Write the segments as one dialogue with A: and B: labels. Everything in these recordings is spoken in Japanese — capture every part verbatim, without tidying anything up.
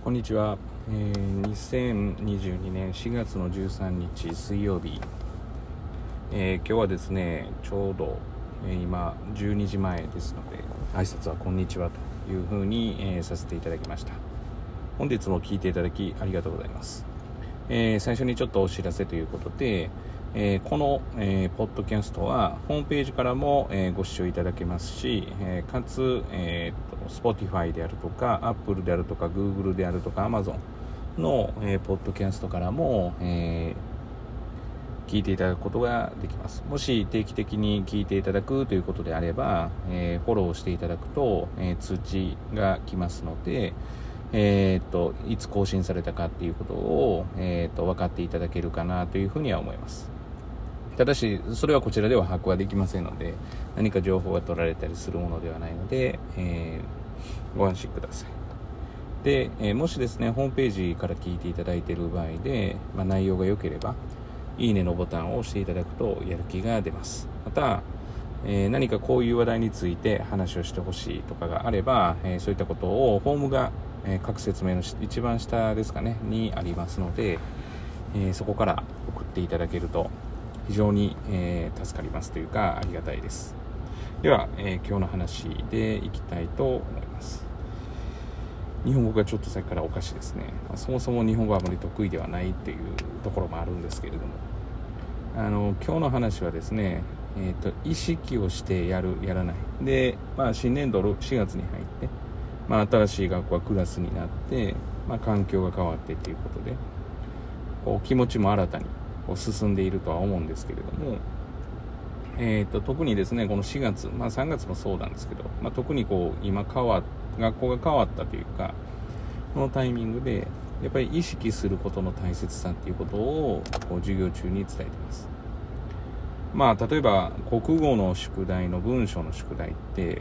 A: こんにちは、えー、にせんにじゅうにねんしがつのじゅうさんにち水曜日、えー、今日はですねちょうど、えー、今じゅうにじまえですので挨拶はこんにちはというふうに、えー、させていただきました。本日も聞いていただきありがとうございます。えー、最初にちょっとお知らせということで、えー、この、えー、ポッドキャストはホームページからも、えー、ご視聴いただけますし、えー、かつ、えー、と Spotify であるとか Apple であるとか Google であるとか Amazon の、えー、ポッドキャストからも、えー、聞いていただくことができます。もし定期的に聞いていただくということであれば、えー、フォローしていただくと、えー、通知が来ますので、えー、といつ更新されたかっていうことを、えー、と分かっていただけるかなというふうには思います。ただしそれはこちらでは把握はできませんので、何か情報が取られたりするものではないので、えー、ご安心ください。で、えー、もしですねホームページから聞いていただいている場合で、まあ、内容が良ければいいねのボタンを押していただくとやる気が出ます。また、えー、何かこういう話題について話をしてほしいとかがあれば、えー、そういったことをフォームが、えー、各説明の一番下ですかねにありますので、えー、そこから送っていただけると非常に、えー、助かりますというかありがたいです。では、えー、今日の話でいきたいと思います。日本語がちょっとさっきからおかしいですね。そもそも日本語はあまり得意ではないというところもあるんですけれども、あの今日の話はですね、えー、と意識をしてやるやらないで、まあ、新年度しがつに入って、まあ、新しい学校はクラスになって、まあ、環境が変わってということでこう気持ちも新たに進んでいるとは思うんですけれども、えー、と特にですねこのしがつ、まあ、さんがつもそうなんですけど、まあ、特にこう今変わ学校が変わったというかこのタイミングでやっぱり意識することの大切さっていうことをこう授業中に伝えています。まあ例えば国語の宿題の文章の宿題って、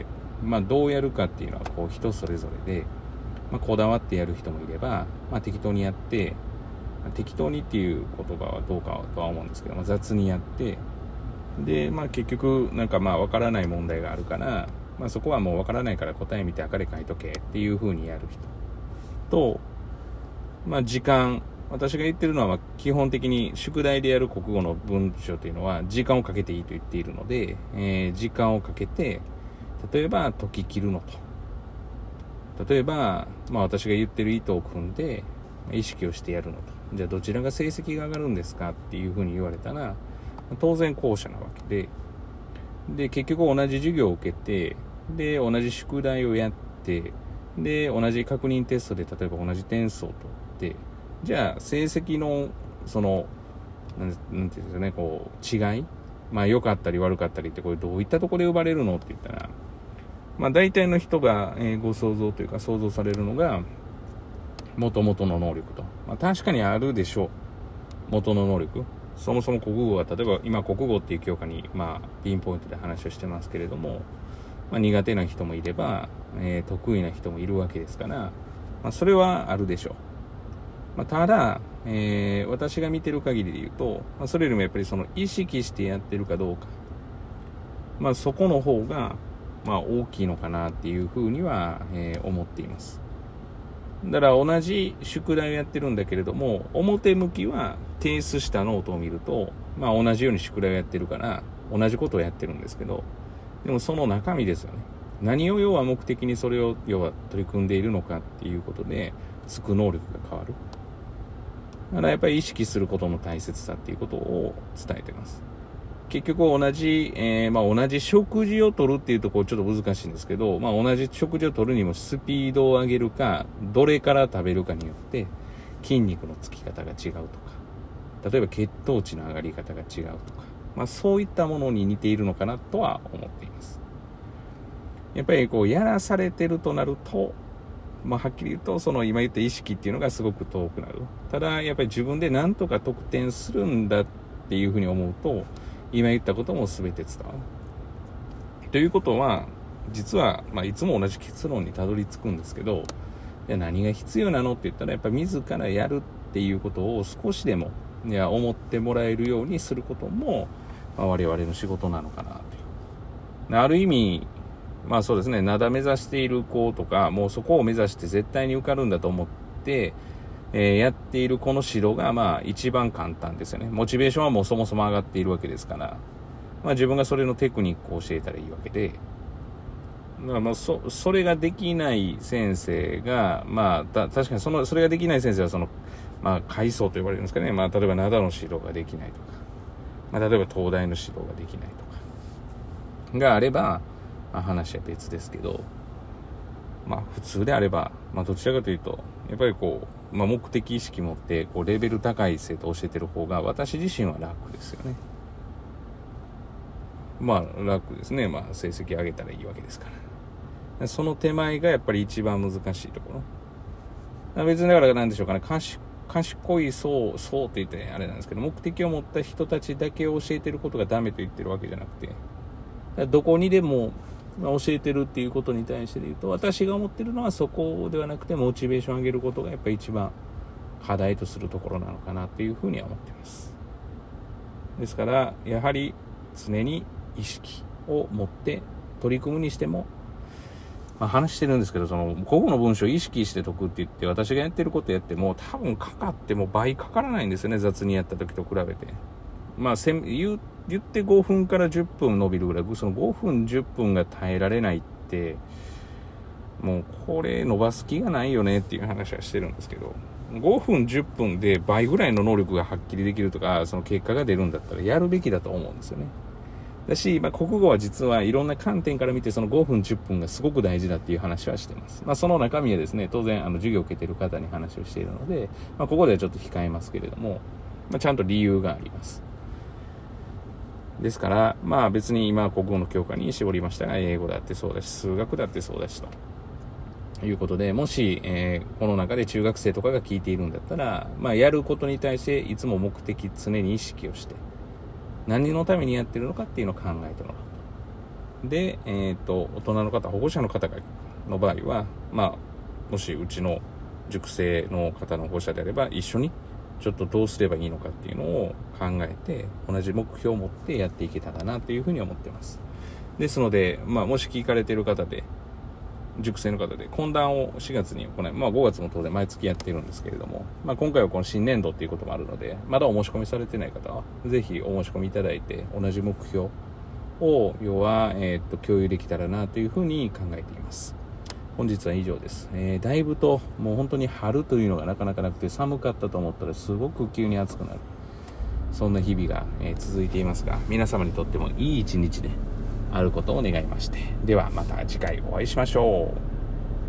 A: まあ、どうやるかっていうのはこう人それぞれで、まあ、こだわってやる人もいれば、まあ、適当にやって適当にっていう言葉はどうかとは思うんですけど、まあ、雑にやってで、まあ、結局なんかまあ分からない問題があるから、まあ、そこはもう分からないから答え見て赤で書いとけっていう風にやる人と、まあ、時間私が言ってるのはまあ基本的に宿題でやる国語の文章というのは時間をかけていいと言っているので、えー、時間をかけて例えば解き切るのと例えば、まあ、私が言ってる意図を組んで意識をしてやるのとじゃあどちらが成績が上がるんですかっていうふうに言われたら当然後者なわけでで結局同じ授業を受けてで同じ宿題をやってで同じ確認テストで例えば同じ点数を取ってじゃあ成績のそのなんていうんですかねこう違いまあ良かったり悪かったりってこれどういったところで生まれるのって言ったらまあ大体の人が、えー、ご想像というか想像されるのが元々の能力と、まあ、確かにあるでしょう。元の能力そもそも国語は例えば今国語っていう教科に、まあ、ピンポイントで話をしてますけれども、まあ、苦手な人もいれば、えー、得意な人もいるわけですから、まあ、それはあるでしょう。まあ、ただ、えー、私が見てる限りで言うと、まあ、それよりもやっぱりその意識してやってるかどうか、まあ、そこの方が、まあ、大きいのかなっていうふうには、えー、思っています。だから同じ宿題をやってるんだけれども表向きは提出したノートを見ると、まあ、同じように宿題をやってるから同じことをやってるんですけどでもその中身ですよね。何を要は目的にそれを要は取り組んでいるのかっていうことでつく能力が変わる。だからやっぱり意識することの大切さっていうことを伝えてます。結局同じ、えーまあ、同じ食事をとるっていうところちょっと難しいんですけど、まあ、同じ食事をとるにもスピードを上げるかどれから食べるかによって筋肉のつき方が違うとか例えば血糖値の上がり方が違うとか、まあ、そういったものに似ているのかなとは思っています。やっぱりこうやらされてるとなると、まあ、はっきり言うとその今言った意識っていうのがすごく遠くなる。ただやっぱり自分で何とか得点するんだっていうふうに思うと今言ったことも全て伝わるということは実は、まあ、いつも同じ結論にたどり着くんですけどいや何が必要なのって言ったらやっぱ自らやるっていうことを少しでもいや思ってもらえるようにすることも、まあ、我々の仕事なのかなというある意味まあそうですね灘目指している子とかもうそこを目指して絶対に受かるんだと思って、えー、やっているこの指導がまあ一番簡単ですよね。モチベーションはもうそもそも上がっているわけですから、まあ、自分がそれのテクニックを教えたらいいわけで、だからまあ そ, それができない先生が、まあ、た確かにそのそれができない先生はその、まあ、階層と呼ばれるんですかね、まあ、例えば灘の指導ができないとか、まあ、例えば東大の指導ができないとかがあれば、まあ、話は別ですけど、まあ、普通であれば、まあ、どちらかというとやっぱりこう、まあ、目的意識持ってこうレベル高い生徒を教えてる方が私自身は楽ですよね。まあ楽ですね。まあ成績上げたらいいわけですから。その手前がやっぱり一番難しいところ。別にだから何でしょうかね。賢賢い層、層って言ってあれなんですけど、目的を持った人たちだけを教えてることがダメと言ってるわけじゃなくて、どこにでも教えてるっていうことに対して言うと、私が思ってるのはそこではなくて、モチベーションを上げることがやっぱり一番課題とするところなのかなっていうふうには思っています。ですからやはり常に意識を持って取り組むにしても、まあ、話してるんですけど、その古語の文章を意識して解くって言って私がやってることやっても多分かかっても倍かからないんですよね、雑にやった時と比べて。まあ言言ってごふんからじゅっぷん伸びるぐらい、そのごふんじゅっぷんが耐えられないって、もうこれ伸ばす気がないよねっていう話はしてるんですけど、ごふんじゅっぷんで倍ぐらいの能力がはっきりできるとか、その結果が出るんだったらやるべきだと思うんですよね。だし、まあ、国語は実はいろんな観点から見てそのごふんじゅっぷんがすごく大事だっていう話はしてます。まあ、その中身はですね、当然あの授業を受けている方に話をしているので、まあ、ここではちょっと控えますけれども、まあ、ちゃんと理由があります。ですから、まあ別に今は国語の教科に絞りましたが、英語だってそうだし、数学だってそうだしということで、もし、えー、この中で中学生とかが聞いているんだったら、まあやることに対していつも目的常に意識をして、何のためにやってるのかっていうのを考えてもらう。で、えっと、大人の方、保護者の方がの場合は、まあ、もしうちの塾生の方の保護者であれば、一緒にちょっとどうすればいいのかっていうのを考えて、同じ目標を持ってやっていけたらなというふうに思っています。ですので、まあ、もし聞かれている方で、塾生の方で懇談をしがつに行い、まあごがつも当然毎月やっているんですけれども、まあ今回はこの新年度っていうこともあるので、まだお申し込みされてない方は、ぜひお申し込みいただいて、同じ目標を、要は、えっと、共有できたらなというふうに考えています。本日は以上です。えー、だいぶと、もう本当に春というのがなかなかなくて、寒かったと思ったらすごく急に暑くなる。そんな日々が、えー、続いていますが、皆様にとってもいい一日で、あることを願いまして、ではまた次回お会いしましょう。